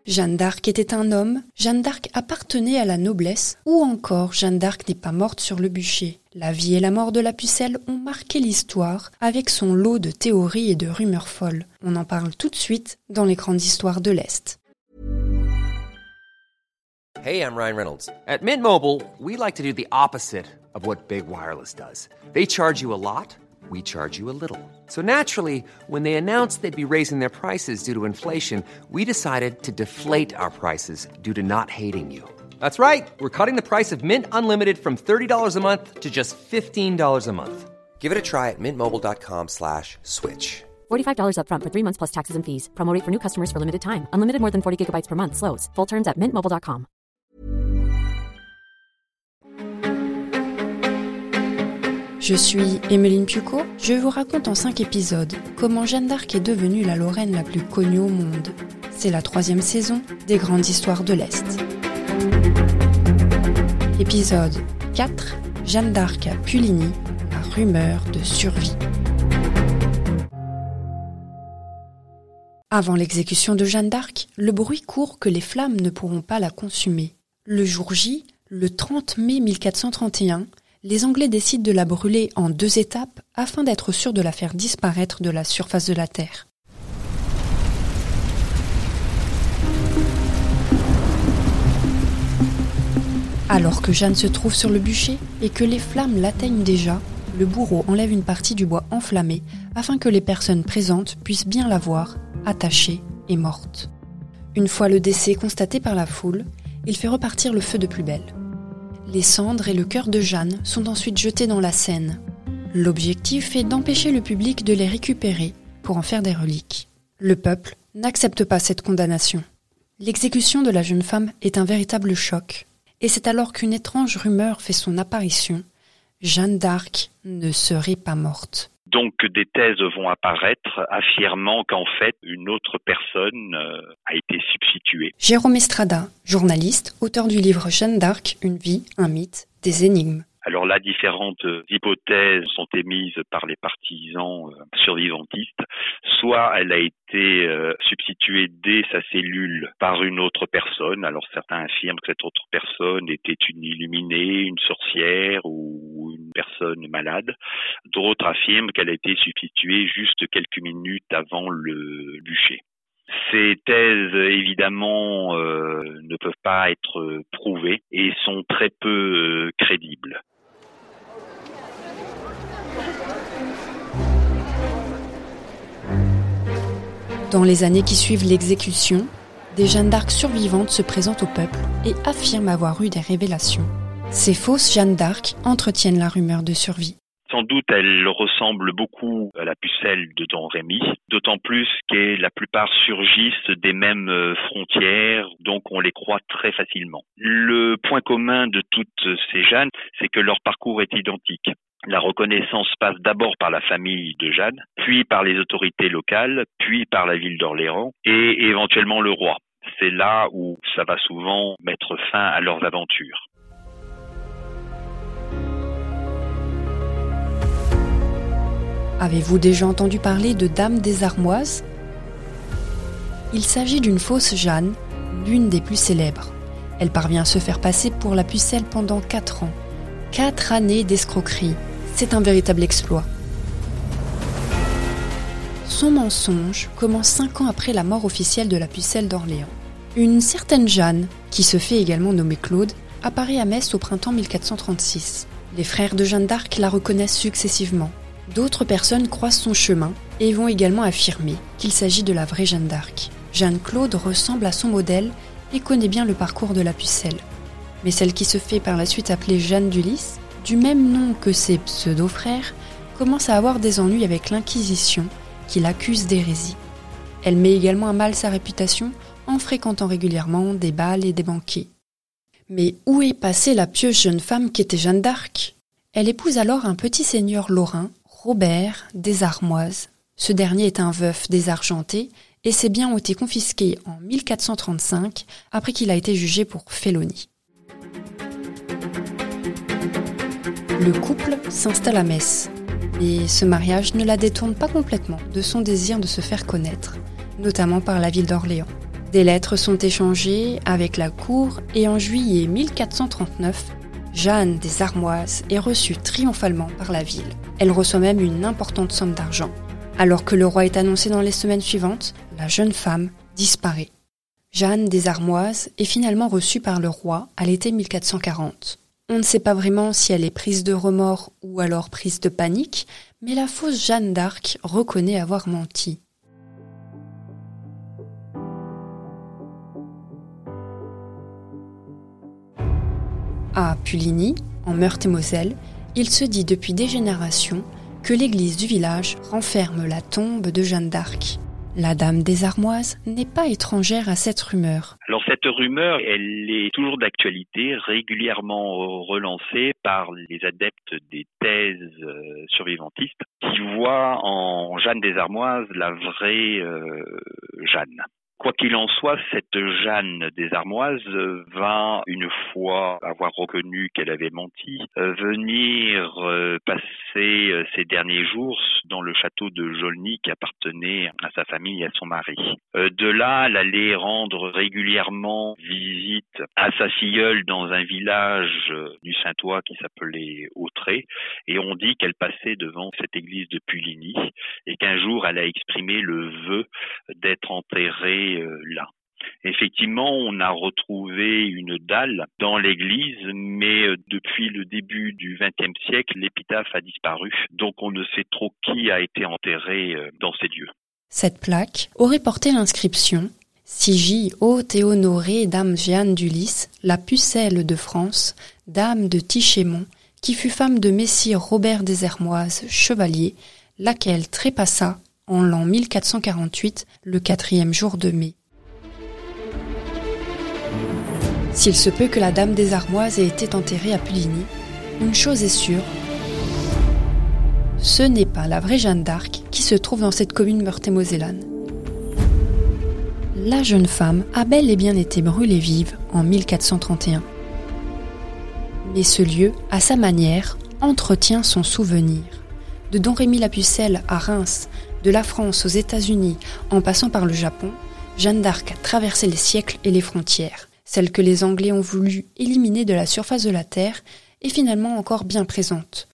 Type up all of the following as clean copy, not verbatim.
Jeanne d'Arc était un homme, Jeanne d'Arc appartenait à la noblesse, ou encore Jeanne d'Arc n'est pas morte sur le bûcher. La vie et la mort de la pucelle ont marqué l'histoire avec son lot de théories et de rumeurs folles. On en parle tout de suite dans les grandes histoires de l'Est. Hey, I'm Ryan Reynolds. At Mint Mobile, we like to do the opposite of what Big Wireless does. They charge you a lot, we charge you a little. So naturally, when they announced they'd be raising their prices due to inflation, we decided to deflate our prices due to not hating you. That's right. We're cutting the price of Mint Unlimited from $30 a month to just $15 a month. Give it a try at mintmobile.com/switch. $45 up front for 3 months plus taxes and fees. Promo rate for new customers for limited time. Unlimited more than 40 gigabytes per month. Slows full terms at mintmobile.com. Je suis Emeline Piuco, je vous raconte en 5 épisodes comment Jeanne d'Arc est devenue la Lorraine la plus connue au monde. C'est la 3e saison des Grandes Histoires de l'Est. Épisode 4, Jeanne d'Arc à Puligny, la rumeur de survie. Avant l'exécution de Jeanne d'Arc, le bruit court que les flammes ne pourront pas la consumer. Le jour J, le 30 mai 1431, les Anglais décident de la brûler en 2 étapes afin d'être sûrs de la faire disparaître de la surface de la terre. Alors que Jeanne se trouve sur le bûcher et que les flammes l'atteignent déjà, le bourreau enlève une partie du bois enflammé afin que les personnes présentes puissent bien la voir, attachée et morte. Une fois le décès constaté par la foule, il fait repartir le feu de plus belle. Les cendres et le cœur de Jeanne sont ensuite jetés dans la Seine. L'objectif est d'empêcher le public de les récupérer pour en faire des reliques. Le peuple n'accepte pas cette condamnation. L'exécution de la jeune femme est un véritable choc. Et c'est alors qu'une étrange rumeur fait son apparition. Jeanne d'Arc ne serait pas morte. Donc des thèses vont apparaître affirmant qu'en fait une autre personne a été substituée. Jérôme Estrada, journaliste, auteur du livre Jeanne d'Arc, une vie, un mythe, des énigmes. Alors là, différentes hypothèses sont émises par les partisans survivantistes. Soit elle a été substituée dès sa cellule par une autre personne. Alors certains affirment que cette autre personne était une illuminée, une sorcière ou une personne malade. D'autres affirment qu'elle a été substituée juste quelques minutes avant le bûcher. Ces thèses, évidemment, ne peuvent pas être prouvées et sont très peu crédibles. Dans les années qui suivent l'exécution, des Jeanne d'Arc survivantes se présentent au peuple et affirment avoir eu des révélations. Ces fausses Jeanne d'Arc entretiennent la rumeur de survie. Sans doute, elle ressemble beaucoup à la pucelle de Don Rémy, d'autant plus que la plupart surgissent des mêmes frontières, donc on les croit très facilement. Le point commun de toutes ces Jeannes, c'est que leur parcours est identique. La reconnaissance passe d'abord par la famille de Jeanne, puis par les autorités locales, puis par la ville d'Orléans et éventuellement le roi. C'est là où ça va souvent mettre fin à leurs aventures. Avez-vous déjà entendu parler de Dame des Armoises ? Il s'agit d'une fausse Jeanne, l'une des plus célèbres. Elle parvient à se faire passer pour la pucelle pendant 4 ans. 4 années d'escroquerie. C'est un véritable exploit. Son mensonge commence 5 ans après la mort officielle de la pucelle d'Orléans. Une certaine Jeanne, qui se fait également nommer Claude, apparaît à Metz au printemps 1436. Les frères de Jeanne d'Arc la reconnaissent successivement. D'autres personnes croisent son chemin et vont également affirmer qu'il s'agit de la vraie Jeanne d'Arc. Jeanne Claude ressemble à son modèle et connaît bien le parcours de la pucelle. Mais celle qui se fait par la suite appeler Jeanne d'Ulysse, du même nom que ses pseudo-frères, commence à avoir des ennuis avec l'Inquisition qui l'accuse d'hérésie. Elle met également à mal sa réputation en fréquentant régulièrement des bals et des banquets. Mais où est passée la pieuse jeune femme qui était Jeanne d'Arc ? Elle épouse alors un petit seigneur lorrain, Robert des Armoises. Ce dernier est un veuf désargenté et ses biens ont été confisqués en 1435 après qu'il a été jugé pour félonie. Le couple s'installe à Metz, et ce mariage ne la détourne pas complètement de son désir de se faire connaître, notamment par la ville d'Orléans. Des lettres sont échangées avec la cour et en juillet 1439, Jeanne des Armoises est reçue triomphalement par la ville. Elle reçoit même une importante somme d'argent. Alors que le roi est annoncé dans les semaines suivantes, la jeune femme disparaît. Jeanne des Armoises est finalement reçue par le roi à l'été 1440. On ne sait pas vraiment si elle est prise de remords ou alors prise de panique, mais la fausse Jeanne d'Arc reconnaît avoir menti. À Puligny, en Meurthe-et-Moselle, il se dit depuis des générations que l'église du village renferme la tombe de Jeanne d'Arc. La dame des Armoises n'est pas étrangère à cette rumeur. Alors cette rumeur, elle est toujours d'actualité, régulièrement relancée par les adeptes des thèses survivantistes qui voient en Jeanne des Armoises la vraie Jeanne. Quoi qu'il en soit, cette Jeanne des Armoises va, une fois avoir reconnu qu'elle avait menti, venir passer ses derniers jours dans le château de Jaulny qui appartenait à sa famille et à son mari. De là, elle allait rendre régulièrement visite à sa filleule dans un village du Saintois qui s'appelait Autré, et on dit qu'elle passait devant cette église de Puligny et qu'un jour elle a exprimé le vœu d'être enterrée là. Effectivement, on a retrouvé une dalle dans l'église, mais depuis le début du XXe siècle, l'épitaphe a disparu. Donc on ne sait trop qui a été enterré dans ces lieux. Cette plaque aurait porté l'inscription « Sigie, haute et honorée Dame Jeanne d'Ulysse, la pucelle de France, Dame de Tichémont, qui fut femme de Messire Robert des Armoises, chevalier, laquelle trépassa en l'an 1448, le 4e jour de mai. » S'il se peut que la dame des Armoises ait été enterrée à Puligny, une chose est sûre, ce n'est pas la vraie Jeanne d'Arc qui se trouve dans cette commune meurthe-et-mosellane. La jeune femme a bel et bien été brûlée vive en 1431. Mais ce lieu, à sa manière, entretient son souvenir. De Don Rémy la Pucelle à Reims, de la France aux États-Unis, en passant par le Japon, Jeanne d'Arc a traversé les siècles et les frontières. Celle que les Anglais ont voulu éliminer de la surface de la Terre est finalement encore bien présente.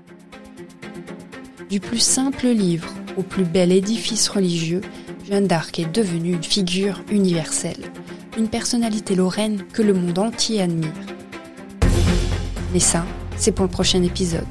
Du plus simple livre au plus bel édifice religieux, Jeanne d'Arc est devenue une figure universelle, une personnalité lorraine que le monde entier admire. Mais ça, c'est pour le prochain épisode.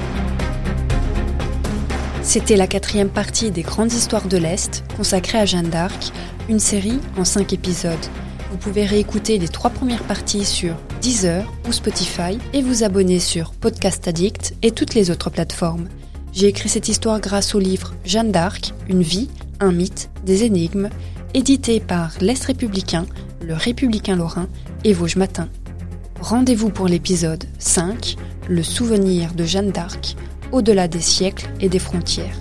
C'était la 4e partie des Grandes Histoires de l'Est, consacrée à Jeanne d'Arc, une série en 5 épisodes. Vous pouvez réécouter les 3 premières parties sur Deezer ou Spotify et vous abonner sur Podcast Addict et toutes les autres plateformes. J'ai écrit cette histoire grâce au livre Jeanne d'Arc, une vie, un mythe, des énigmes, édité par l'Est républicain, le Républicain lorrain et Vosges Matin. Rendez-vous pour l'épisode 5, le souvenir de Jeanne d'Arc, au-delà des siècles et des frontières.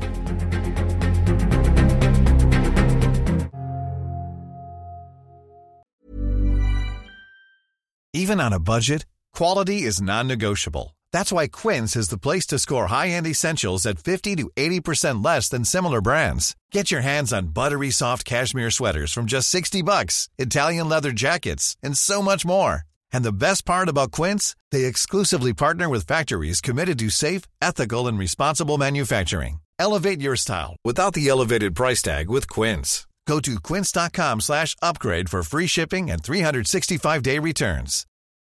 Even on a budget, quality is non-negotiable. That's why Quince is the place to score high-end essentials at 50 to 80% less than similar brands. Get your hands on buttery soft cashmere sweaters from just $60, Italian leather jackets, and so much more. And the best part about Quince, they exclusively partner with factories committed to safe, ethical, and responsible manufacturing. Elevate your style without the elevated price tag with Quince. Go to quince.com/upgrade for free shipping and 365-day returns.